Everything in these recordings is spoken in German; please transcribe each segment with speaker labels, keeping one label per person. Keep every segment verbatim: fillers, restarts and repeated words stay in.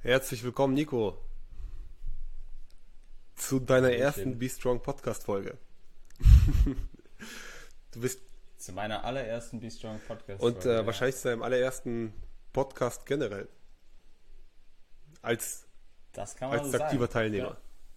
Speaker 1: Herzlich willkommen, Nico, zu deiner ersten
Speaker 2: Hallöchen.
Speaker 1: Be Strong Podcast Folge. Du bist
Speaker 2: Zu meiner allerersten Be Strong
Speaker 1: und
Speaker 2: Podcast-Folge,
Speaker 1: äh,
Speaker 2: ja.
Speaker 1: wahrscheinlich zu deinem allerersten Podcast generell als,
Speaker 2: Das kann man so
Speaker 1: als
Speaker 2: sagen.
Speaker 1: aktiver
Speaker 2: Ich hör,
Speaker 1: Teilnehmer.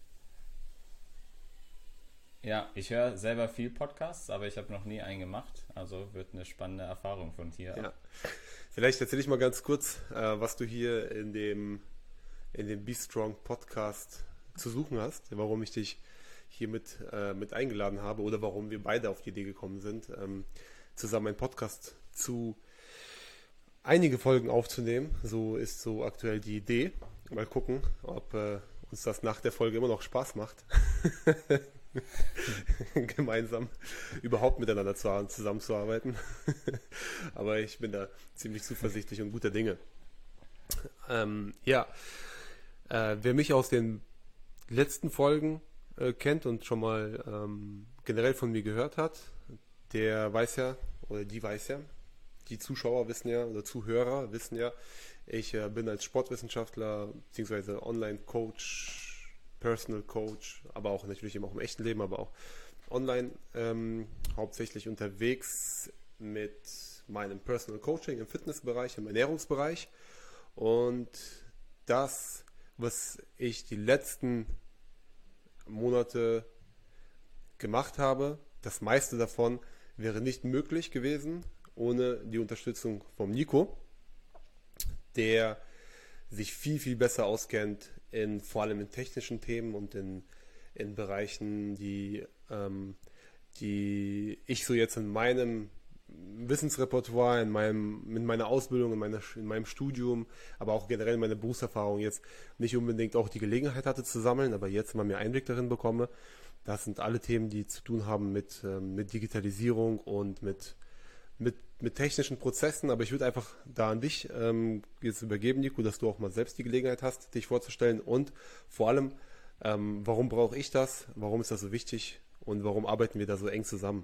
Speaker 2: ja, ich höre selber viel Podcasts, aber ich habe noch nie einen gemacht. Also wird eine spannende Erfahrung von hier
Speaker 1: Ja.
Speaker 2: ab.
Speaker 1: Vielleicht erzähle ich mal ganz kurz, äh, was du hier in dem, in dem Be Strong Podcast zu suchen hast, warum ich dich hier mit, äh, mit eingeladen habe oder warum wir beide auf die Idee gekommen sind, ähm, zusammen einen Podcast zu einige Folgen aufzunehmen. So ist so aktuell die Idee. Mal gucken, ob äh, uns das nach der Folge immer noch Spaß macht, gemeinsam überhaupt miteinander zu, zusammenzuarbeiten. Aber ich bin da ziemlich zuversichtlich und guter Dinge. Ähm, ja, äh, wer mich aus den letzten Folgen äh, kennt und schon mal ähm, generell von mir gehört hat, der weiß ja, oder die weiß ja, die Zuschauer wissen ja, oder Zuhörer wissen ja, ich äh, bin als Sportwissenschaftler bzw. Online-Coach, Personal Coach, aber auch natürlich eben auch im echten Leben, aber auch online ähm, hauptsächlich unterwegs mit meinem Personal Coaching im Fitnessbereich, im Ernährungsbereich. Und das, was ich die letzten Monate gemacht habe, das meiste davon wäre nicht möglich gewesen ohne die Unterstützung vom Nico, der sich viel, viel besser auskennt in vor allem in technischen Themen und in, in Bereichen, die, ähm, die ich so jetzt in meinem Wissensrepertoire, in meinem, in meiner Ausbildung, in, meiner, in meinem Studium, aber auch generell in meiner Berufserfahrung jetzt nicht unbedingt auch die Gelegenheit hatte zu sammeln, aber jetzt mal mehr Einblick darin bekomme. Das sind alle Themen, die zu tun haben mit, ähm, mit Digitalisierung und mit, mit, mit technischen Prozessen. Aber ich würde einfach da an dich ähm, jetzt übergeben, Nico, dass du auch mal selbst die Gelegenheit hast, dich vorzustellen und vor allem, ähm, warum brauche ich das, warum ist das so wichtig und warum arbeiten wir da so eng zusammen?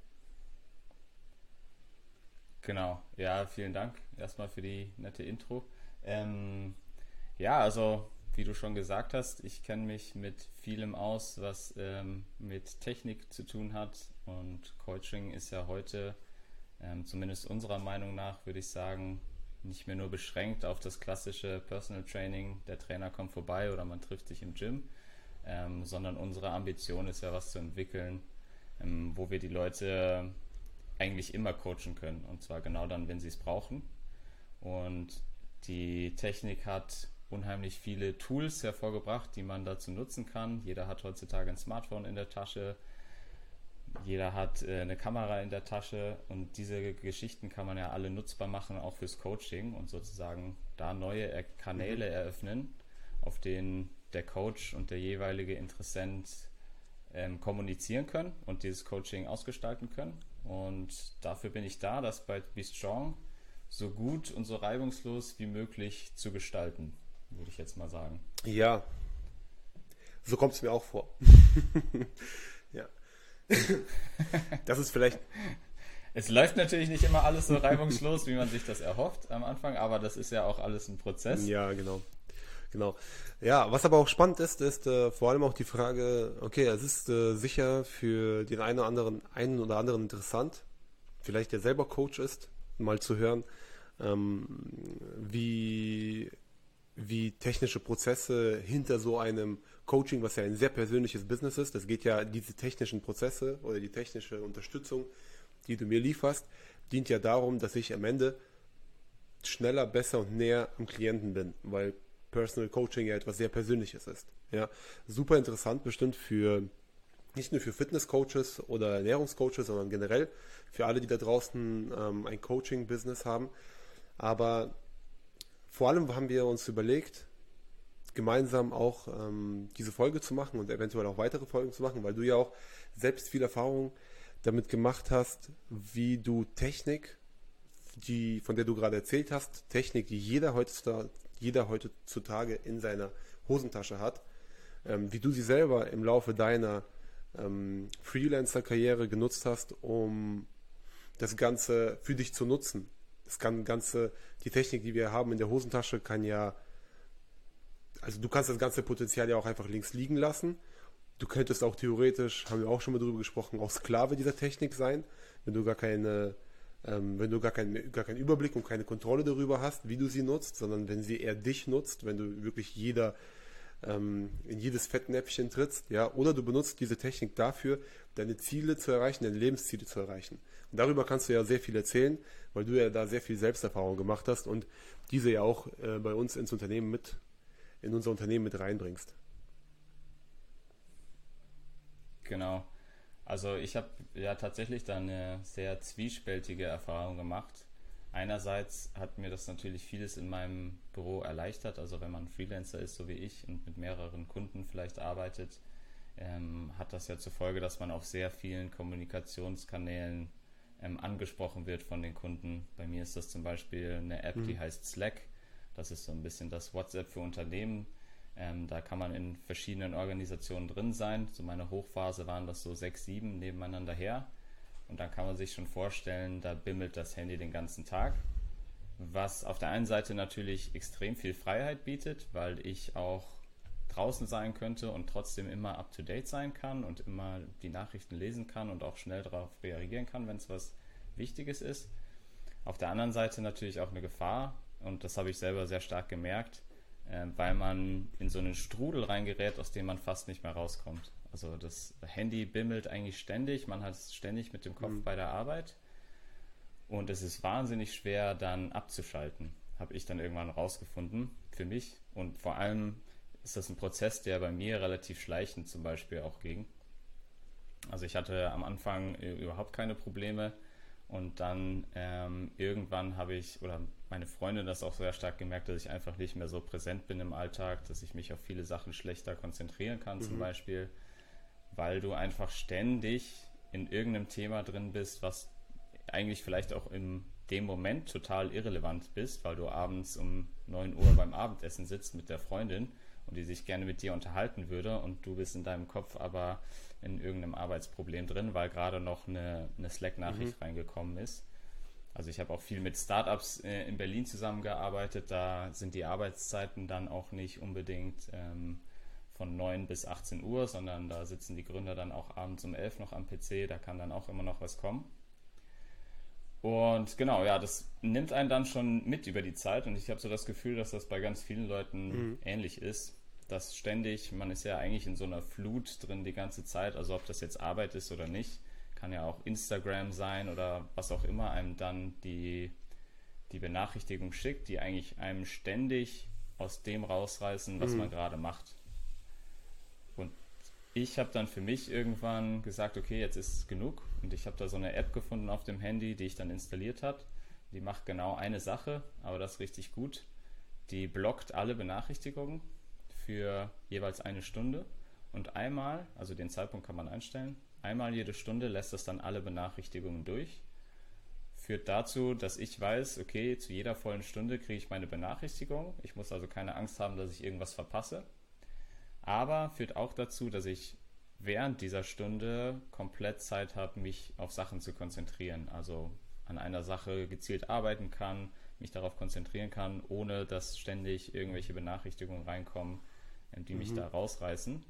Speaker 2: Genau, ja, vielen Dank erstmal für die nette Intro. Ähm, ja, also wie du schon gesagt hast, ich kenne mich mit vielem aus, was ähm, mit Technik zu tun hat, und Coaching ist ja heute, ähm, zumindest unserer Meinung nach, würde ich sagen, nicht mehr nur beschränkt auf das klassische Personal Training, der Trainer kommt vorbei oder man trifft sich im Gym, ähm, sondern unsere Ambition ist ja, was zu entwickeln, ähm, wo wir die Leute eigentlich immer coachen können, und zwar genau dann, wenn sie es brauchen. Und die Technik hat unheimlich viele Tools hervorgebracht, die man dazu nutzen kann. Jeder hat heutzutage ein Smartphone in der Tasche, jeder hat äh, eine Kamera in der Tasche, und diese Geschichten kann man ja alle nutzbar machen, auch fürs Coaching, und sozusagen da neue er
Speaker 1: Mhm.
Speaker 2: Kanäle eröffnen, auf denen der Coach und der jeweilige Interessent ähm, kommunizieren können und dieses Coaching ausgestalten können. Und dafür bin ich da, das bei Be Strong so gut und so reibungslos wie möglich zu gestalten, würde ich jetzt mal sagen.
Speaker 1: Ja, so kommt es mir auch vor. Ja, das ist vielleicht,
Speaker 2: Es läuft natürlich nicht immer alles so reibungslos, wie man sich das erhofft am Anfang, aber das ist ja auch alles ein Prozess.
Speaker 1: ja, genau. Genau. Ja, was aber auch spannend ist, ist äh, vor allem auch die Frage, okay, es ist äh, sicher für den einen oder anderen, einen oder anderen interessant, vielleicht der selber Coach ist, mal zu hören, ähm, wie, wie technische Prozesse hinter so einem Coaching, was ja ein sehr persönliches Business ist, das geht ja, diese technischen Prozesse oder die technische Unterstützung, die du mir lieferst, dient ja darum, dass ich am Ende schneller, besser und näher am Klienten bin, weil Personal Coaching ja etwas sehr Persönliches ist. Ja, super interessant bestimmt für nicht nur für Fitnesscoaches oder Ernährungscoaches, sondern generell für alle, die da draußen ähm, ein Coaching-Business haben. Aber vor allem haben wir uns überlegt, gemeinsam auch ähm, diese Folge zu machen und eventuell auch weitere Folgen zu machen, weil du ja auch selbst viel Erfahrung damit gemacht hast, wie du Technik, die, von der du gerade erzählt hast, Technik, die jeder heutzutage, jeder heutzutage in seiner Hosentasche hat, ähm, wie du sie selber im Laufe deiner ähm, Freelancer-Karriere genutzt hast, um das Ganze für dich zu nutzen. Das kann Ganze, die Technik, die wir haben in der Hosentasche, kann ja also du kannst das ganze Potenzial ja auch einfach links liegen lassen. Du könntest auch theoretisch, haben wir auch schon mal drüber gesprochen, auch Sklave dieser Technik sein, wenn du gar keine, ähm, wenn du gar, kein, gar keinen Überblick und keine Kontrolle darüber hast, wie du sie nutzt, sondern wenn sie eher dich nutzt, wenn du wirklich jeder ähm, in jedes Fettnäpfchen trittst, ja, oder du benutzt diese Technik dafür, deine Ziele zu erreichen, deine Lebensziele zu erreichen. Und darüber kannst du ja sehr viel erzählen, weil du ja da sehr viel Selbsterfahrung gemacht hast und diese ja auch äh, bei uns ins Unternehmen mit, in unser Unternehmen mit reinbringst.
Speaker 2: Genau. Also ich habe ja tatsächlich da eine sehr zwiespältige Erfahrung gemacht. Einerseits hat mir das natürlich vieles in meinem Büro erleichtert. Also wenn man Freelancer ist, so wie ich, und mit mehreren Kunden vielleicht arbeitet, ähm, hat das ja zur Folge, dass man auf sehr vielen Kommunikationskanälen ähm, angesprochen wird von den Kunden. Bei mir ist das zum Beispiel eine App, die
Speaker 1: Mhm.
Speaker 2: heißt Slack. Das ist so ein bisschen das WhatsApp für Unternehmen. Ähm, da kann man in verschiedenen Organisationen drin sein. Zu meiner Hochphase waren das so sechs, sieben nebeneinander her. Und dann kann man sich schon vorstellen, da bimmelt das Handy den ganzen Tag. Was auf der einen Seite natürlich extrem viel Freiheit bietet, weil ich auch draußen sein könnte und trotzdem immer up-to-date sein kann und immer die Nachrichten lesen kann und auch schnell darauf reagieren kann, wenn es was Wichtiges ist. Auf der anderen Seite natürlich auch eine Gefahr, und das habe ich selber sehr stark gemerkt, äh, weil man in so einen Strudel reingerät, aus dem man fast nicht mehr rauskommt. Also das Handy bimmelt eigentlich ständig, man hat es ständig mit dem Kopf
Speaker 1: Mhm.
Speaker 2: bei der Arbeit und es ist wahnsinnig schwer dann abzuschalten, habe ich dann irgendwann rausgefunden für mich, und vor allem ist das ein Prozess, der bei mir relativ schleichend zum Beispiel auch ging. Also ich hatte am Anfang überhaupt keine Probleme und dann ähm, irgendwann habe ich, oder meine Freundin das auch sehr stark gemerkt, dass ich einfach nicht mehr so präsent bin im Alltag, dass ich mich auf viele Sachen schlechter konzentrieren kann zum
Speaker 1: Mhm.
Speaker 2: Beispiel, weil du einfach ständig in irgendeinem Thema drin bist, was eigentlich vielleicht auch in dem Moment total irrelevant bist, weil du abends um neun Uhr beim Abendessen sitzt mit der Freundin und die sich gerne mit dir unterhalten würde und du bist in deinem Kopf aber in irgendeinem Arbeitsproblem drin, weil gerade noch eine, eine Slack-Nachricht
Speaker 1: Mhm.
Speaker 2: reingekommen ist. Also ich habe auch viel mit Startups äh, in Berlin zusammengearbeitet, da sind die Arbeitszeiten dann auch nicht unbedingt ähm, von neun bis achtzehn Uhr, sondern da sitzen die Gründer dann auch abends um elf noch am P C, da kann dann auch immer noch was kommen. Und genau, ja, das nimmt einen dann schon mit über die Zeit und ich habe so das Gefühl, dass das bei ganz vielen Leuten
Speaker 1: Mhm.
Speaker 2: ähnlich ist, dass ständig, man ist ja eigentlich in so einer Flut drin die ganze Zeit, also ob das jetzt Arbeit ist oder nicht, kann ja auch Instagram sein oder was auch immer einem dann die, die Benachrichtigung schickt, die eigentlich einem ständig aus dem rausreißen, was man
Speaker 1: Mhm.
Speaker 2: gerade macht. Und ich habe dann für mich irgendwann gesagt, okay, jetzt ist es genug. Und ich habe da so eine App gefunden auf dem Handy, die ich dann installiert habe. Die macht genau eine Sache, aber das richtig gut. Die blockt alle Benachrichtigungen für jeweils eine Stunde. Und einmal, also den Zeitpunkt kann man einstellen, einmal jede Stunde lässt es dann alle Benachrichtigungen durch. Führt dazu, dass ich weiß, okay, zu jeder vollen Stunde kriege ich meine Benachrichtigung. Ich muss also keine Angst haben, dass ich irgendwas verpasse. Aber führt auch dazu, dass ich während dieser Stunde komplett Zeit habe, mich auf Sachen zu konzentrieren. Also an einer Sache gezielt arbeiten kann, mich darauf konzentrieren kann, ohne dass ständig irgendwelche Benachrichtigungen reinkommen, die mich
Speaker 1: Mhm.
Speaker 2: da rausreißen.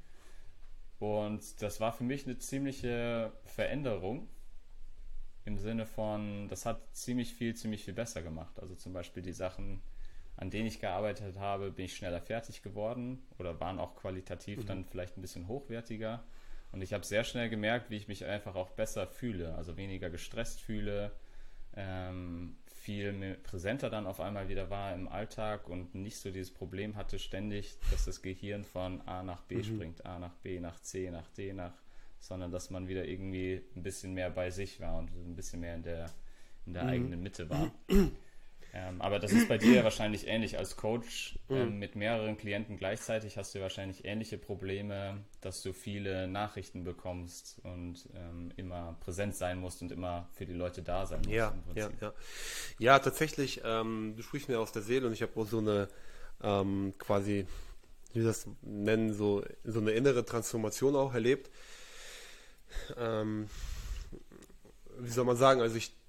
Speaker 2: Und das war für mich eine ziemliche Veränderung im Sinne von, das hat ziemlich viel, ziemlich viel besser gemacht. Also zum Beispiel die Sachen, an denen ich gearbeitet habe, bin ich schneller fertig geworden oder waren auch qualitativ
Speaker 1: Mhm.
Speaker 2: dann vielleicht ein bisschen hochwertiger. Und ich habe sehr schnell gemerkt, wie ich mich einfach auch besser fühle, also weniger gestresst fühle, ähm, viel mehr präsenter dann auf einmal wieder war im Alltag und nicht so dieses Problem hatte ständig, dass das Gehirn von A nach B
Speaker 1: Mhm.
Speaker 2: springt, A nach B, nach C, nach D, nach, sondern dass man wieder irgendwie ein bisschen mehr bei sich war und ein bisschen mehr in der, in der
Speaker 1: Mhm.
Speaker 2: eigenen Mitte war. Ähm, aber das ist bei dir ja wahrscheinlich ähnlich. Als Coach
Speaker 1: Mhm.
Speaker 2: ähm, mit mehreren Klienten gleichzeitig hast du wahrscheinlich ähnliche Probleme, dass du viele Nachrichten bekommst und ähm, immer präsent sein musst und immer für die Leute da sein musst
Speaker 1: Ja,
Speaker 2: im
Speaker 1: ja,
Speaker 2: Prinzip.
Speaker 1: ja. Ja, tatsächlich, ähm, du sprichst mir aus der Seele und ich habe auch so eine ähm, quasi, wie wir das nennen, so, so eine innere Transformation auch erlebt. Ähm, Wie soll man sagen, also ich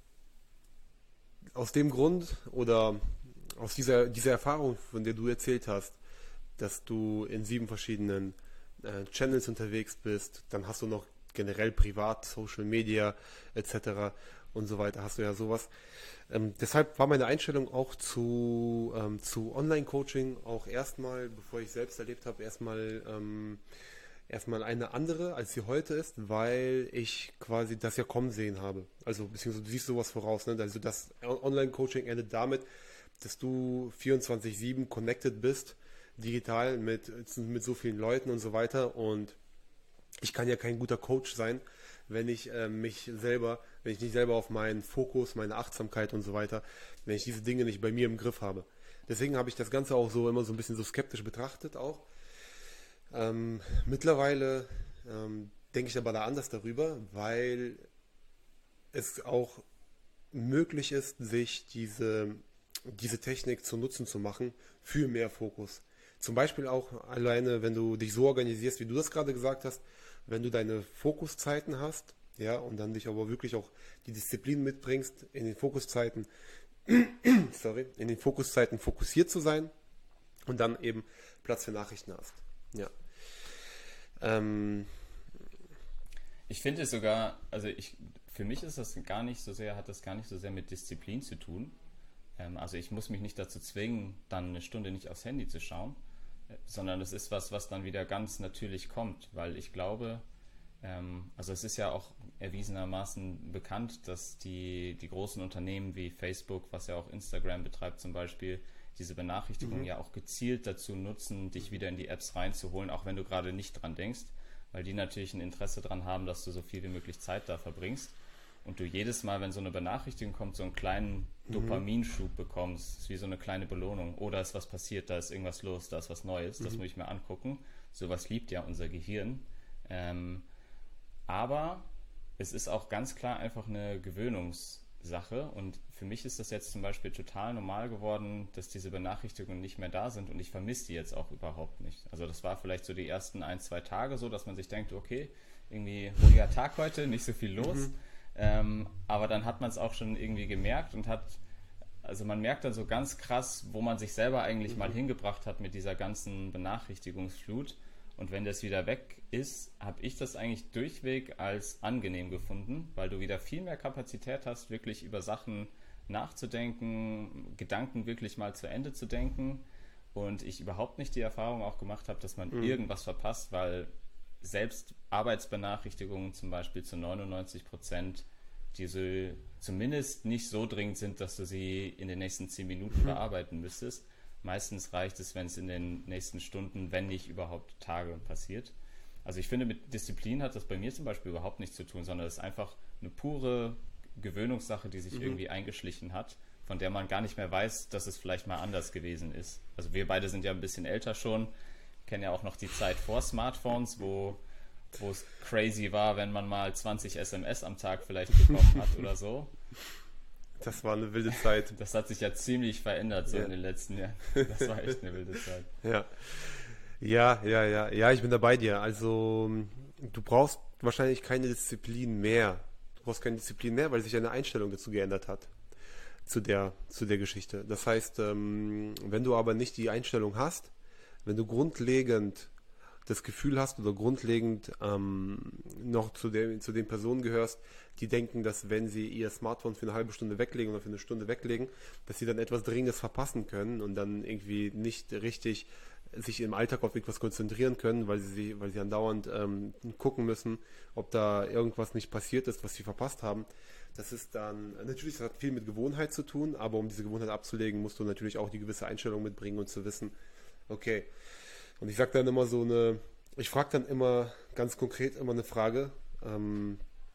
Speaker 1: aus dem Grund oder aus dieser, dieser Erfahrung, von der du erzählt hast, dass du in sieben verschiedenen äh, Channels unterwegs bist. Dann hast du noch generell privat, Social Media et cetera und so weiter. Hast du ja sowas. Ähm, deshalb war meine Einstellung auch zu, ähm, zu Online-Coaching auch erstmal, bevor ich selbst erlebt habe, erstmal ähm, erstmal eine andere, als sie heute ist, weil ich quasi das ja kommen sehen habe. Also beziehungsweise du siehst sowas voraus. Ne? Also das Online-Coaching endet damit, dass du vierundzwanzig sieben connected bist, digital mit, mit so vielen Leuten und so weiter. Und ich kann ja kein guter Coach sein, wenn ich äh, mich selber, wenn ich nicht selber auf meinen Fokus, meine Achtsamkeit und so weiter, wenn ich diese Dinge nicht bei mir im Griff habe. Deswegen habe ich das Ganze auch so immer so ein bisschen so skeptisch betrachtet auch. Ähm, mittlerweile ähm, denke ich aber da anders darüber, weil es auch möglich ist, sich diese, diese Technik zu Nutzen zu machen für mehr Fokus. Zum Beispiel auch alleine, wenn du dich so organisierst, wie du das gerade gesagt hast, wenn du deine Fokuszeiten hast, ja, und dann dich aber wirklich auch die Disziplin mitbringst, in den Fokuszeiten, sorry, in den Fokuszeiten fokussiert zu sein und dann eben Platz für Nachrichten hast. Ja. Ähm,
Speaker 2: ich finde es sogar, also ich, für mich ist das gar nicht so sehr, hat das gar nicht so sehr mit Disziplin zu tun. Ähm, also ich muss mich nicht dazu zwingen, dann eine Stunde nicht aufs Handy zu schauen, äh, sondern es ist was, was dann wieder ganz natürlich kommt, weil ich glaube, ähm, also es ist ja auch erwiesenermaßen bekannt, dass die, die großen Unternehmen wie Facebook, was ja auch Instagram betreibt zum Beispiel, diese Benachrichtigungen mhm. ja auch gezielt dazu nutzen, dich wieder in die Apps reinzuholen, auch wenn du gerade nicht dran denkst, weil die natürlich ein Interesse daran haben, dass du so viel wie möglich Zeit da verbringst und du jedes Mal, wenn so eine Benachrichtigung kommt, so einen kleinen mhm. Dopaminschub bekommst. Das ist wie so eine kleine Belohnung. Oh, da ist was passiert, da ist irgendwas los, da ist was Neues, mhm. das muss ich mir angucken. Sowas liebt ja unser Gehirn. Ähm, aber es ist auch ganz klar einfach eine Gewöhnungssache und für mich ist das jetzt zum Beispiel total normal geworden, dass diese Benachrichtigungen nicht mehr da sind und ich vermisse die jetzt auch überhaupt nicht. Also das war vielleicht so die ersten ein, zwei Tage so, dass man sich denkt, okay, irgendwie ruhiger Tag heute, nicht so viel los, mhm. ähm, aber dann hat man es auch schon irgendwie gemerkt und hat, also man merkt dann so ganz krass, wo man sich selber eigentlich mhm. mal hingebracht hat mit dieser ganzen Benachrichtigungsflut. Und wenn das wieder weg ist, habe ich das eigentlich durchweg als angenehm gefunden, weil du wieder viel mehr Kapazität hast, wirklich über Sachen nachzudenken, Gedanken wirklich mal zu Ende zu denken. Und ich überhaupt nicht die Erfahrung auch gemacht habe, dass man mhm. irgendwas verpasst, weil selbst Arbeitsbenachrichtigungen zum Beispiel zu neunundneunzig Prozent, diese zumindest nicht so dringend sind, dass du sie in den nächsten zehn Minuten mhm. bearbeiten müsstest. Meistens reicht es, wenn es in den nächsten Stunden, wenn nicht überhaupt Tage passiert. Also ich finde, mit Disziplin hat das bei mir zum Beispiel überhaupt nichts zu tun, sondern es ist einfach eine pure Gewöhnungssache, die sich mhm. irgendwie eingeschlichen hat, von der man gar nicht mehr weiß, dass es vielleicht mal anders gewesen ist. Also wir beide sind ja ein bisschen älter schon, kennen ja auch noch die Zeit vor Smartphones, wo, wo es crazy war, wenn man mal zwanzig S M S am Tag vielleicht bekommen hat oder so.
Speaker 1: Das war eine wilde Zeit.
Speaker 2: Das hat sich ja ziemlich verändert so ja. in den letzten Jahren. Das war echt eine wilde Zeit.
Speaker 1: Ja. Ja, ja, ja. Ja, ich bin da bei dir. Also du brauchst wahrscheinlich keine Disziplin mehr. Du brauchst keine Disziplin mehr, weil sich eine Einstellung dazu geändert hat. Zu der, zu der Geschichte. Das heißt, wenn du aber nicht die Einstellung hast, wenn du grundlegend das Gefühl hast oder grundlegend ähm, noch zu, der, zu den Personen gehörst, die denken, dass wenn sie ihr Smartphone für eine halbe Stunde weglegen oder für eine Stunde weglegen, dass sie dann etwas Dringendes verpassen können und dann irgendwie nicht richtig sich im Alltag auf etwas konzentrieren können, weil sie, weil sie andauernd ähm, gucken müssen, ob da irgendwas nicht passiert ist, was sie verpasst haben. Das ist dann, natürlich, das hat viel mit Gewohnheit zu tun, aber um diese Gewohnheit abzulegen, musst du natürlich auch die gewisse Einstellung mitbringen und zu wissen, okay. Und ich sage dann immer so eine, ich frage dann immer ganz konkret immer eine Frage, ähm,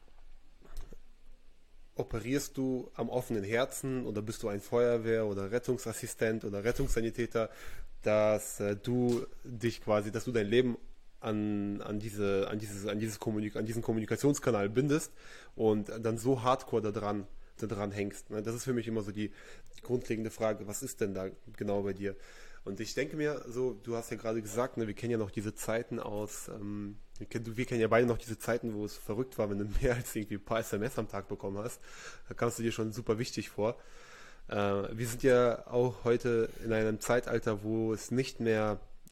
Speaker 1: operierst du am offenen Herzen oder bist du ein Feuerwehr- oder Rettungsassistent oder Rettungssanitäter, dass äh, du dich quasi, dass du dein Leben an, an, diese, an, dieses, an, dieses Kommunik- an diesen Kommunikationskanal bindest und dann so hardcore da dran, da dran hängst. Ne? Das ist für mich immer so die grundlegende Frage, was ist denn da genau bei dir? Und ich denke mir so, du hast ja gerade gesagt, ne, wir kennen ja noch diese Zeiten aus, ähm, wir, kennen, wir kennen ja beide noch diese Zeiten, wo es verrückt war, wenn du mehr als irgendwie ein paar S M S am Tag bekommen hast. Da kamst du dir schon super wichtig vor. Äh, wir sind ja auch heute in einem Zeitalter, wo es nicht mehr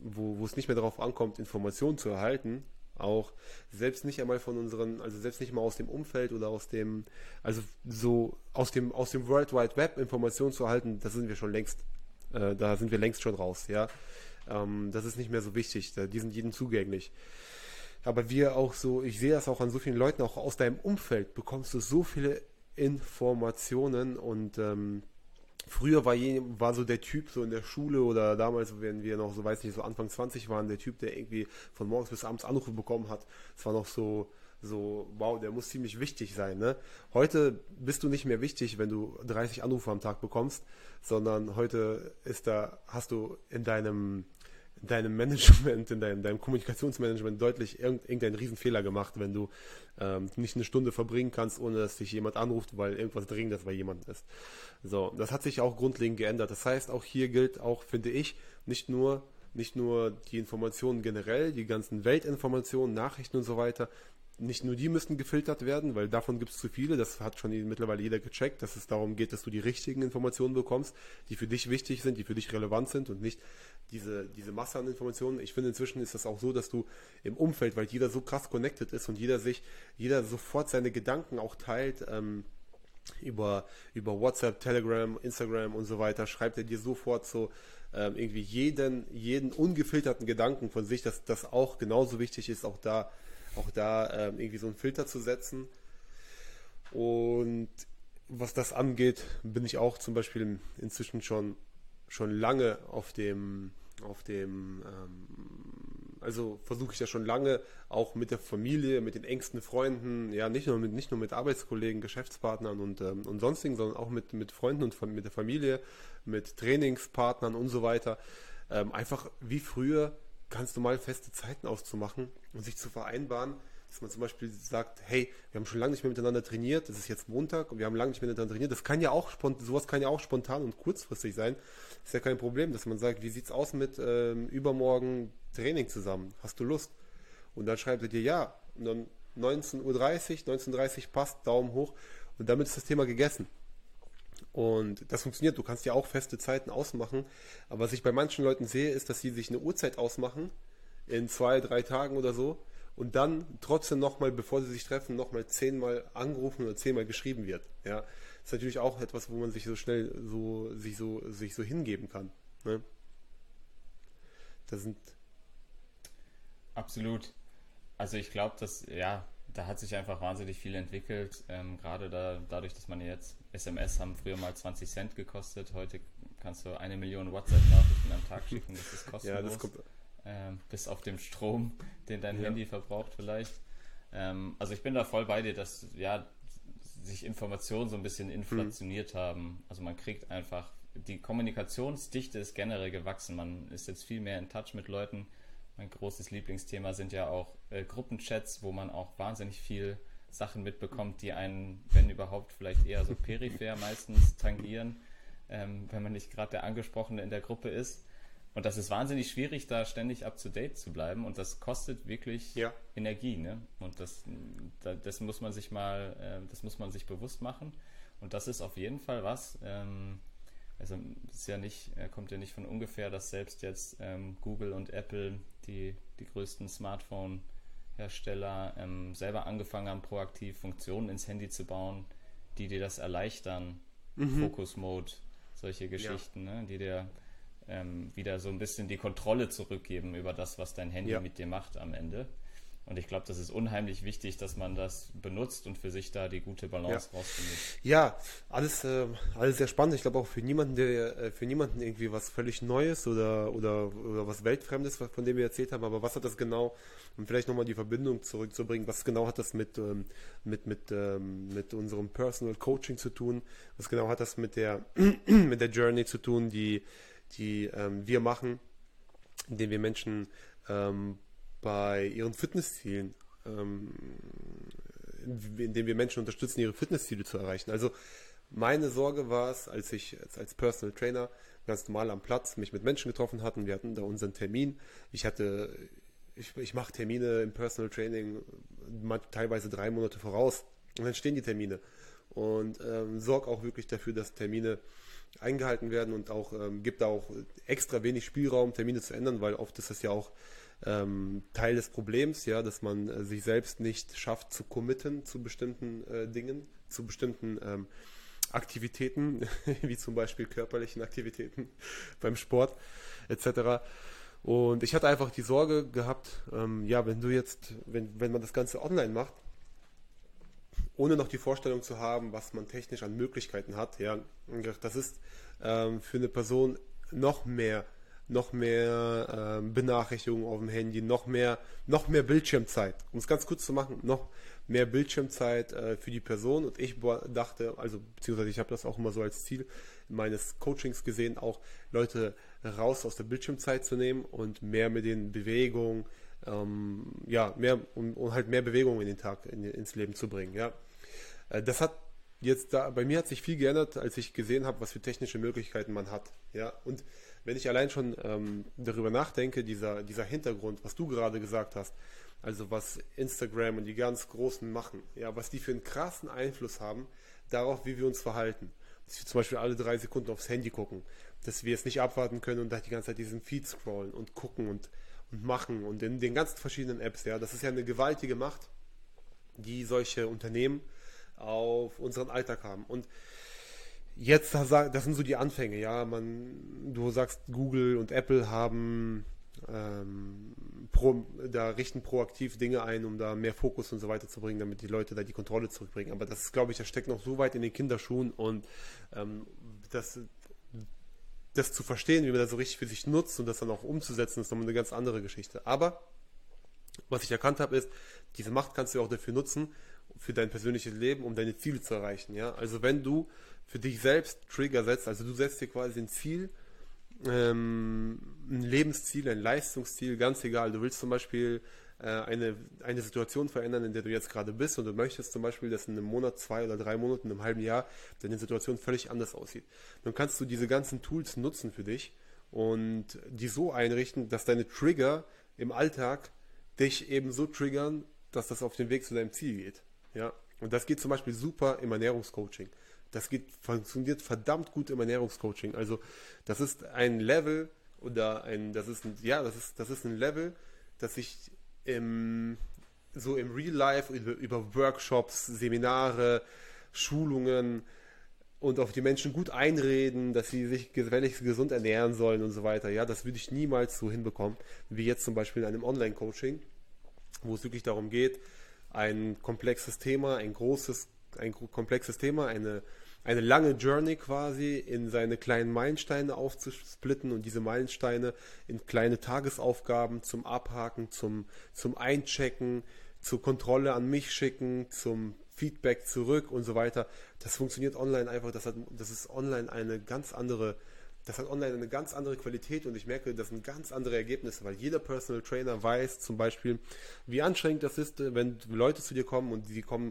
Speaker 1: wo, wo es nicht mehr darauf ankommt, Informationen zu erhalten, auch selbst nicht einmal von unseren, also selbst nicht mal aus dem Umfeld oder aus dem, also so aus dem, aus dem World Wide Web Informationen zu erhalten, das sind wir schon längst, äh, da sind wir längst schon raus, ja. Ähm, das ist nicht mehr so wichtig, da, die sind jedem zugänglich. Aber wir auch so, ich sehe das auch an so vielen Leuten, auch aus deinem Umfeld bekommst du so viele Informationen und ähm, früher war, je, war so der Typ so in der Schule oder damals, wenn wir noch so, weiß nicht, so Anfang zwanzig waren, der Typ, der irgendwie von morgens bis abends Anrufe bekommen hat. Es war noch so, so, wow, der muss ziemlich wichtig sein, ne? Heute bist du nicht mehr wichtig, wenn du dreißig Anrufe am Tag bekommst, sondern heute ist da, hast du in deinem in deinem Management, in deinem, deinem Kommunikationsmanagement deutlich irgend, irgendeinen Riesenfehler gemacht, wenn du ähm, nicht eine Stunde verbringen kannst, ohne dass dich jemand anruft, weil irgendwas Dringendes bei jemandem ist. So, das hat sich auch grundlegend geändert. Das heißt, auch hier gilt auch, finde ich, nicht nur, nicht nur die Informationen generell, die ganzen Weltinformationen, Nachrichten und so weiter, nicht nur die müssen gefiltert werden, weil davon gibt es zu viele, das hat schon mittlerweile jeder gecheckt, dass es darum geht, dass du die richtigen Informationen bekommst, die für dich wichtig sind, die für dich relevant sind und nicht diese, diese Masse an Informationen. Ich finde, inzwischen ist das auch so, dass du im Umfeld, weil jeder so krass connected ist und jeder sich, jeder sofort seine Gedanken auch teilt, ähm, über, über WhatsApp, Telegram, Instagram und so weiter, schreibt er dir sofort so ähm, irgendwie jeden, jeden ungefilterten Gedanken von sich, dass das auch genauso wichtig ist, auch da auch da ähm, irgendwie so einen Filter zu setzen. Und was das angeht, bin ich auch zum Beispiel inzwischen schon, schon lange auf dem, auf dem, ähm, also versuche ich ja schon lange auch mit der Familie, mit den engsten Freunden, ja nicht nur mit, nicht nur mit Arbeitskollegen, Geschäftspartnern und, ähm, und sonstigen, sondern auch mit, mit Freunden und mit der Familie, mit Trainingspartnern und so weiter, ähm, einfach wie früher ganz normal feste Zeiten auszumachen und sich zu vereinbaren, dass man zum Beispiel sagt, hey, wir haben schon lange nicht mehr miteinander trainiert, es ist jetzt Montag und wir haben lange nicht mehr miteinander trainiert. Das kann ja auch spontan, sowas kann ja auch spontan und kurzfristig sein. Ist ja kein Problem, dass man sagt, wie sieht's aus mit ähm, übermorgen Training zusammen? Hast du Lust? Und dann schreibt er dir ja. Und dann neunzehn Uhr dreißig, neunzehn Uhr dreißig passt, Daumen hoch und damit ist das Thema gegessen. Und das funktioniert, du kannst ja auch feste Zeiten ausmachen, aber was ich bei manchen Leuten sehe, ist, dass sie sich eine Uhrzeit ausmachen, in zwei, drei Tagen oder so, und dann trotzdem nochmal, bevor sie sich treffen, nochmal zehnmal angerufen oder zehnmal geschrieben wird. Ja, das ist natürlich auch etwas, wo man sich so schnell so, sich so, sich so hingeben kann. Ne? Das sind
Speaker 2: Absolut. Also ich glaube, dass, ja, da hat sich einfach wahnsinnig viel entwickelt, ähm, gerade da, dadurch, dass man jetzt S M S haben früher mal zwanzig Cent gekostet, heute kannst du eine Million WhatsApp-Nachrichten am Tag schicken, das ist kostenlos,
Speaker 1: ja, das kommt,
Speaker 2: ähm, bis auf dem Strom, den dein
Speaker 1: ja.
Speaker 2: Handy verbraucht vielleicht. Ähm, also ich bin da voll bei dir, dass ja sich Informationen so ein bisschen inflationiert mhm. haben. Also man kriegt einfach, die Kommunikationsdichte ist generell gewachsen, man ist jetzt viel mehr in Touch mit Leuten. Mein großes Lieblingsthema sind ja auch äh, Gruppenchats, wo man auch wahnsinnig viel Sachen mitbekommt, die einen, wenn überhaupt, vielleicht eher so peripher meistens tangieren, ähm, wenn man nicht gerade der Angesprochene in der Gruppe ist. Und das ist wahnsinnig schwierig, da ständig up-to-date zu bleiben und das kostet wirklich ja. Energie, ne? Und das, das muss man sich mal, äh, das muss man sich bewusst machen. Und das ist auf jeden Fall was, ähm, also ist ja nicht, kommt ja nicht von ungefähr, dass selbst jetzt ähm, Google und Apple, die, die größten Smartphone-Hersteller, ähm, selber angefangen haben, proaktiv Funktionen ins Handy zu bauen, die dir das erleichtern, mhm. Focus-Mode, solche Geschichten, ja. ne, die dir ähm, wieder so ein bisschen die Kontrolle zurückgeben über das, was dein Handy ja. mit dir macht am Ende. Und ich glaube, das ist unheimlich wichtig, dass man das benutzt und für sich da die gute Balance
Speaker 1: ja.
Speaker 2: rausfindet.
Speaker 1: Ja, alles, äh, alles sehr spannend. Ich glaube auch für niemanden, der äh, für niemanden irgendwie was völlig Neues oder, oder, oder was Weltfremdes, von dem wir erzählt haben, aber was hat das genau, um vielleicht nochmal die Verbindung zurückzubringen, was genau hat das mit, ähm, mit, mit, ähm, mit unserem Personal Coaching zu tun? Was genau hat das mit der, mit der Journey zu tun, die, die ähm, wir machen, indem wir Menschen ähm, bei ihren Fitnesszielen, ähm, indem wir Menschen unterstützen, ihre Fitnessziele zu erreichen. Also meine Sorge war es, als ich als, als Personal Trainer ganz normal am Platz mich mit Menschen getroffen hatten, wir hatten da unseren Termin. Ich hatte, ich, ich mache Termine im Personal Training teilweise drei Monate voraus und dann stehen die Termine und ähm, sorge auch wirklich dafür, dass Termine eingehalten werden und auch ähm, gibt da auch extra wenig Spielraum, Termine zu ändern, weil oft ist das ja auch ähm, Teil des Problems, ja, dass man äh, sich selbst nicht schafft zu committen zu bestimmten äh, Dingen, zu bestimmten ähm, Aktivitäten, wie zum Beispiel körperlichen Aktivitäten beim Sport et cetera. Und ich hatte einfach die Sorge gehabt, ähm, ja, wenn du jetzt, wenn, wenn man das Ganze online macht, ohne noch die Vorstellung zu haben, was man technisch an Möglichkeiten hat, ja, das ist ähm, für eine Person noch mehr, noch mehr ähm, Benachrichtigungen auf dem Handy, noch mehr, noch mehr Bildschirmzeit. Um es ganz kurz zu machen, noch mehr Bildschirmzeit äh, für die Person. Und ich dachte, also beziehungsweise ich habe das auch immer so als Ziel meines Coachings gesehen, auch Leute raus aus der Bildschirmzeit zu nehmen und mehr mit den Bewegungen, ähm, ja, mehr und, und halt mehr Bewegung in den Tag, in, ins Leben zu bringen, ja. Äh, das hat jetzt da, bei mir hat sich viel geändert, als ich gesehen habe, was für technische Möglichkeiten man hat, ja. Und wenn ich allein schon ähm, darüber nachdenke, dieser, dieser Hintergrund, was du gerade gesagt hast, also was Instagram und die ganz Großen machen, ja, was die für einen krassen Einfluss haben darauf, wie wir uns verhalten. Dass wir zum Beispiel alle drei Sekunden aufs Handy gucken, dass wir es nicht abwarten können und da die ganze Zeit diesen Feed scrollen und gucken und, und machen und in den ganzen verschiedenen Apps, ja, das ist ja eine gewaltige Macht, die solche Unternehmen auf unseren Alltag haben. Und jetzt, das sind so die Anfänge, ja, man, du sagst, Google und Apple haben ähm, pro, da richten proaktiv Dinge ein, um da mehr Fokus und so weiter zu bringen, damit die Leute da die Kontrolle zurückbringen. Aber das ist, glaube ich, das steckt noch so weit in den Kinderschuhen und ähm, das, das zu verstehen, wie man das so richtig für sich nutzt und das dann auch umzusetzen, ist nochmal eine ganz andere Geschichte. Aber was ich erkannt habe, ist, diese Macht kannst du auch dafür nutzen, für dein persönliches Leben, um deine Ziele zu erreichen. Ja? Also wenn du für dich selbst Trigger setzt, also du setzt dir quasi ein Ziel, ähm, ein Lebensziel, ein Leistungsziel, ganz egal. Du willst zum Beispiel äh, eine, eine Situation verändern, in der du jetzt gerade bist und du möchtest zum Beispiel, dass in einem Monat, zwei oder drei Monaten, in einem halben Jahr deine Situation völlig anders aussieht. Dann kannst du diese ganzen Tools nutzen für dich und die so einrichten, dass deine Trigger im Alltag dich eben so triggern, dass das auf den Weg zu deinem Ziel geht. Ja? Und das geht zum Beispiel super im Ernährungscoaching. Das geht, funktioniert verdammt gut im Ernährungscoaching. Also das ist ein Level oder ein, das ist ein, ja, das ist, das ist ein Level, das ich im, so im Real Life über, über Workshops, Seminare, Schulungen und auf die Menschen gut einreden, dass sie sich gefälligst gesund ernähren sollen und so weiter. Ja, das würde ich niemals so hinbekommen, wie jetzt zum Beispiel in einem Online-Coaching, wo es wirklich darum geht, ein komplexes Thema, ein großes, ein komplexes Thema, eine eine lange Journey quasi in seine kleinen Meilensteine aufzusplitten und diese Meilensteine in kleine Tagesaufgaben zum Abhaken, zum, zum Einchecken, zur Kontrolle an mich schicken, zum Feedback zurück und so weiter. Das funktioniert online einfach, das hat, das ist online eine ganz andere, das hat online eine ganz andere Qualität und ich merke, das sind ganz andere Ergebnisse, weil jeder Personal Trainer weiß zum Beispiel, wie anstrengend das ist, wenn Leute zu dir kommen und sie kommen,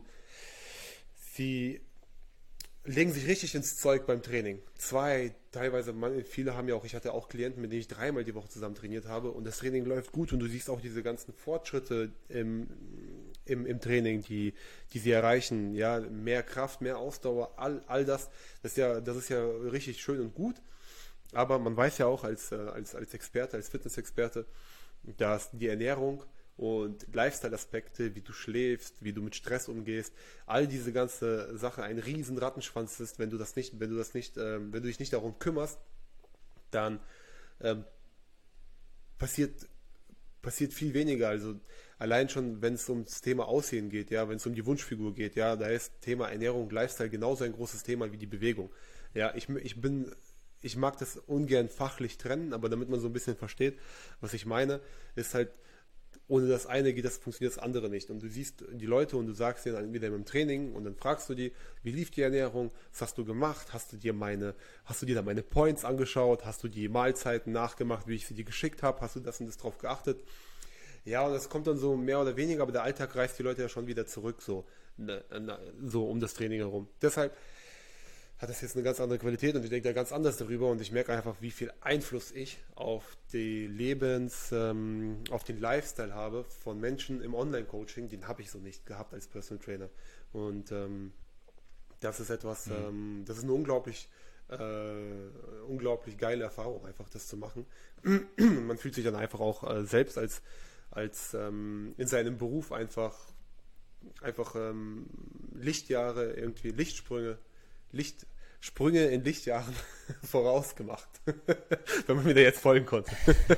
Speaker 1: sie legen sich richtig ins Zeug beim Training. Zwei, teilweise, viele haben ja auch, ich hatte auch Klienten, mit denen ich dreimal die Woche zusammen trainiert habe und das Training läuft gut und du siehst auch diese ganzen Fortschritte im, im, im Training, die, die sie erreichen. Ja, mehr Kraft, mehr Ausdauer, all, all das, das ist ja, das ist ja richtig schön und gut. Aber man weiß ja auch als, als, als Experte, als Fitnessexperte, dass die Ernährung und Lifestyle-Aspekte, wie du schläfst, wie du mit Stress umgehst, all diese ganze Sache ein riesen Rattenschwanz ist, wenn du das nicht, wenn du das nicht, ähm, wenn du dich nicht darum kümmerst, dann ähm, passiert passiert viel weniger. Also allein schon, wenn es ums Thema Aussehen geht, ja, wenn es um die Wunschfigur geht, ja, da ist Thema Ernährung, Lifestyle genauso ein großes Thema wie die Bewegung. Ja, ich, ich bin ich mag das ungern fachlich trennen, aber damit man so ein bisschen versteht, was ich meine, ist halt, ohne das eine geht das, funktioniert das andere nicht. Und du siehst die Leute und du sagst denen dann wieder im Training und dann fragst du die, wie lief die Ernährung, was hast du gemacht, hast du dir meine, hast du dir da meine Points angeschaut, hast du die Mahlzeiten nachgemacht, wie ich sie dir geschickt habe, hast du das und das drauf geachtet? Ja, und das kommt dann so mehr oder weniger, aber der Alltag reißt die Leute ja schon wieder zurück, so, so um das Training herum. Deshalb hat das jetzt eine ganz andere Qualität und ich denke da ganz anders darüber und ich merke einfach, wie viel Einfluss ich auf die Lebens, ähm, auf den Lifestyle habe von Menschen im Online-Coaching, den habe ich so nicht gehabt als Personal Trainer und ähm, das ist etwas, mhm. ähm, das ist eine unglaublich äh, unglaublich geile Erfahrung, einfach das zu machen. Man fühlt sich dann einfach auch äh, selbst als, als ähm, in seinem Beruf einfach, einfach ähm, Lichtjahre, irgendwie Lichtsprünge, Lichtsprünge in Lichtjahren vorausgemacht, wenn man mir da jetzt folgen konnte.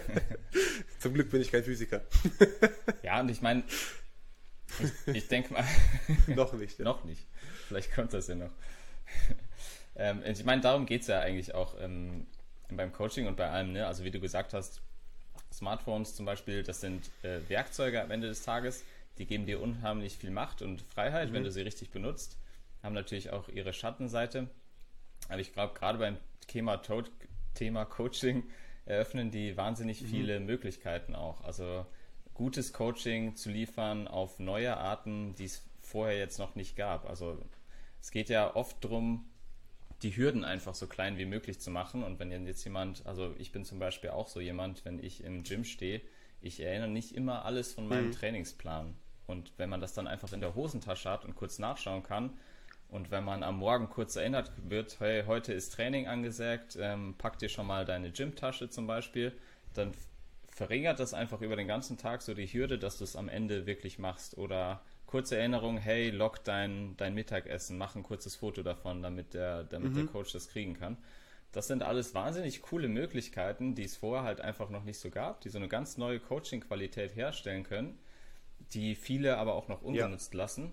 Speaker 1: Zum Glück bin ich kein Physiker.
Speaker 2: Ja, und ich meine, ich, ich denke mal...
Speaker 1: Noch nicht. Ja.
Speaker 2: Noch nicht. Vielleicht kommt das ja noch. ähm, ich meine, darum geht es ja eigentlich auch ähm, beim Coaching und bei allem. Ne? Also wie du gesagt hast, Smartphones zum Beispiel, das sind äh, Werkzeuge am Ende des Tages, die geben dir unheimlich viel Macht und Freiheit, mhm. wenn du sie richtig benutzt. Haben natürlich auch ihre Schattenseite. Aber ich glaube, gerade beim Thema, Tod, Thema Coaching eröffnen die wahnsinnig mhm. viele Möglichkeiten auch. Also gutes Coaching zu liefern auf neue Arten, die es vorher jetzt noch nicht gab. Also es geht ja oft darum, die Hürden einfach so klein wie möglich zu machen. Und wenn jetzt jemand, also ich bin zum Beispiel auch so jemand, wenn ich im Gym stehe, ich erinnere nicht immer alles von meinem mhm. Trainingsplan. Und wenn man das dann einfach in der Hosentasche hat und kurz nachschauen kann und wenn man am Morgen kurz erinnert wird, hey, heute ist Training angesagt, ähm, pack dir schon mal deine Gymtasche zum Beispiel, dann verringert das einfach über den ganzen Tag so die Hürde, dass du es am Ende wirklich machst. Oder kurze Erinnerung, hey, log dein, dein Mittagessen, mach ein kurzes Foto davon, damit der, damit mhm. der Coach das kriegen kann. Das sind alles wahnsinnig coole Möglichkeiten, die es vorher halt einfach noch nicht so gab, die so eine ganz neue Coaching-Qualität herstellen können, die viele aber auch noch ungenutzt ja. lassen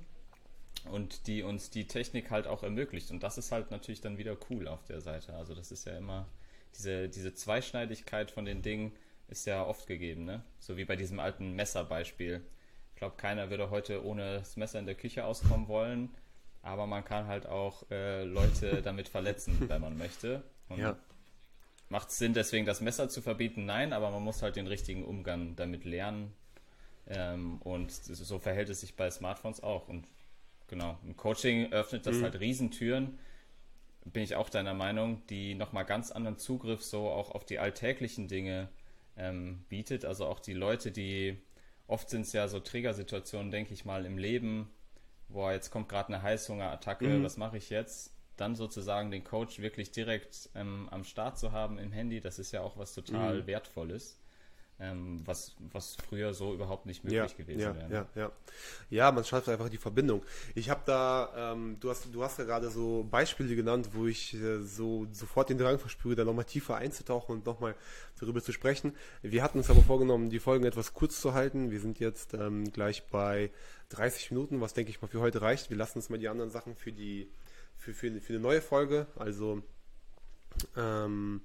Speaker 2: und die uns die Technik halt auch ermöglicht. Und das ist halt natürlich dann wieder cool auf der Seite. Also das ist ja immer, diese, diese Zweischneidigkeit von den Dingen ist ja oft gegeben, ne? So wie bei diesem alten Messerbeispiel. Ich glaube, keiner würde heute ohne das Messer in der Küche auskommen wollen, aber man kann halt auch äh, Leute damit verletzen, wenn man möchte. Und
Speaker 1: ja.
Speaker 2: macht es Sinn, deswegen das Messer zu verbieten? Nein, aber man muss halt den richtigen Umgang damit lernen. Ähm, und so verhält es sich bei Smartphones auch. Und genau, im Coaching öffnet das mhm. halt Riesentüren, bin ich auch deiner Meinung, die nochmal ganz anderen Zugriff so auch auf die alltäglichen Dinge ähm, bietet. Also auch die Leute, die, oft sind es ja so Triggersituationen, denke ich mal, im Leben, boah, jetzt kommt gerade eine Heißhungerattacke, mhm. was mache ich jetzt? Dann sozusagen den Coach wirklich direkt ähm, am Start zu haben im Handy, das ist ja auch was total mhm. Wertvolles. Ähm, was, was früher so überhaupt nicht möglich
Speaker 1: ja,
Speaker 2: gewesen
Speaker 1: ja,
Speaker 2: wäre.
Speaker 1: Ja, ja. ja, man schafft einfach die Verbindung. Ich habe da, ähm, du hast, du hast ja gerade so Beispiele genannt, wo ich äh, so sofort den Drang verspüre, da nochmal tiefer einzutauchen und nochmal darüber zu sprechen. Wir hatten uns aber vorgenommen, die Folgen etwas kurz zu halten. Wir sind jetzt ähm, gleich bei dreißig Minuten, was denke ich mal für heute reicht. Wir lassen uns mal die anderen Sachen für die für, für, für eine neue Folge. Also ähm,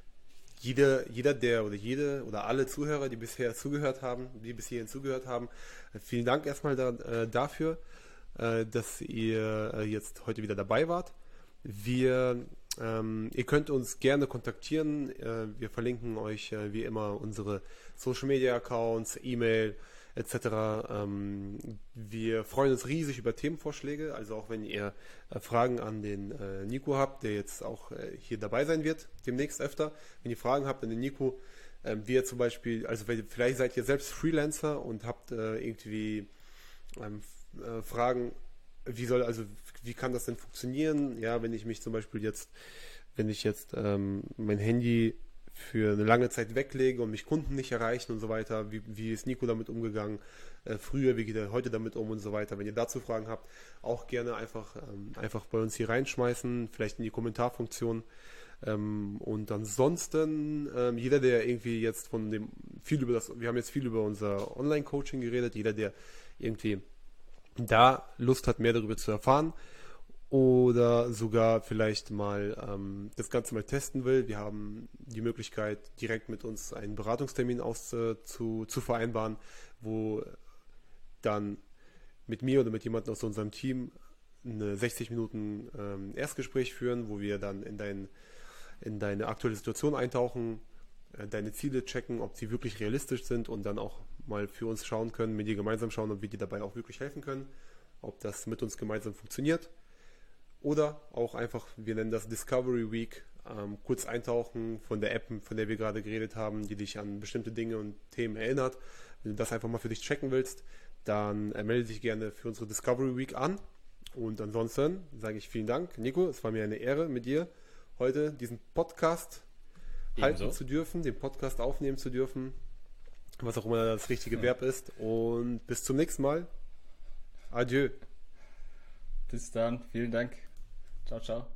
Speaker 1: Jeder, jeder der oder jede oder alle Zuhörer, die bisher zugehört haben, die bis hierhin zugehört haben, vielen Dank erstmal da, äh, dafür, äh, dass ihr äh, jetzt heute wieder dabei wart. Wir, ähm, ihr könnt uns gerne kontaktieren. Äh, wir verlinken euch äh, wie immer unsere Social Media Accounts, E-Mail et cetera. Ähm, wir freuen uns riesig über Themenvorschläge, also auch wenn ihr äh, Fragen an den äh, Nico habt, der jetzt auch äh, hier dabei sein wird, demnächst öfter. Wenn ihr Fragen habt an den Nico, äh, wie ihr zum Beispiel, also vielleicht seid ihr selbst Freelancer und habt äh, irgendwie ähm, äh, Fragen, wie soll, also wie kann das denn funktionieren? Ja, wenn ich mich zum Beispiel jetzt, wenn ich jetzt ähm, mein Handy für eine lange Zeit weglege und mich Kunden nicht erreichen und so weiter. Wie, wie ist Nico damit umgegangen? Äh, früher, wie geht er heute damit um und so weiter. Wenn ihr dazu Fragen habt, auch gerne einfach, ähm, einfach bei uns hier reinschmeißen, vielleicht in die Kommentarfunktion. Ähm, und ansonsten, ähm, jeder, der irgendwie jetzt von dem, viel über das, wir haben jetzt viel über unser Online-Coaching geredet, jeder, der irgendwie da Lust hat, mehr darüber zu erfahren, oder sogar vielleicht mal ähm, das Ganze mal testen will. Wir haben die Möglichkeit, direkt mit uns einen Beratungstermin aus, äh, zu, zu vereinbaren, wo dann mit mir oder mit jemandem aus unserem Team eine sechzig Minuten ähm, Erstgespräch führen, wo wir dann in, dein, in deine aktuelle Situation eintauchen, äh, deine Ziele checken, ob sie wirklich realistisch sind und dann auch mal für uns schauen können, mit dir gemeinsam schauen, ob wir dir dabei auch wirklich helfen können, ob das mit uns gemeinsam funktioniert. Oder auch einfach, wir nennen das Discovery Week, ähm, kurz eintauchen von der App, von der wir gerade geredet haben, die dich an bestimmte Dinge und Themen erinnert. Wenn du das einfach mal für dich checken willst, dann äh, melde dich gerne für unsere Discovery Week an. Und ansonsten sage ich vielen Dank, Nico, es war mir eine Ehre mit dir heute diesen Podcast halten
Speaker 2: Ebenso.
Speaker 1: zu dürfen, den Podcast aufnehmen zu dürfen, was auch immer das richtige Verb ist. Und bis zum nächsten Mal. Adieu.
Speaker 2: Bis dann. Vielen Dank. Ciao, ciao.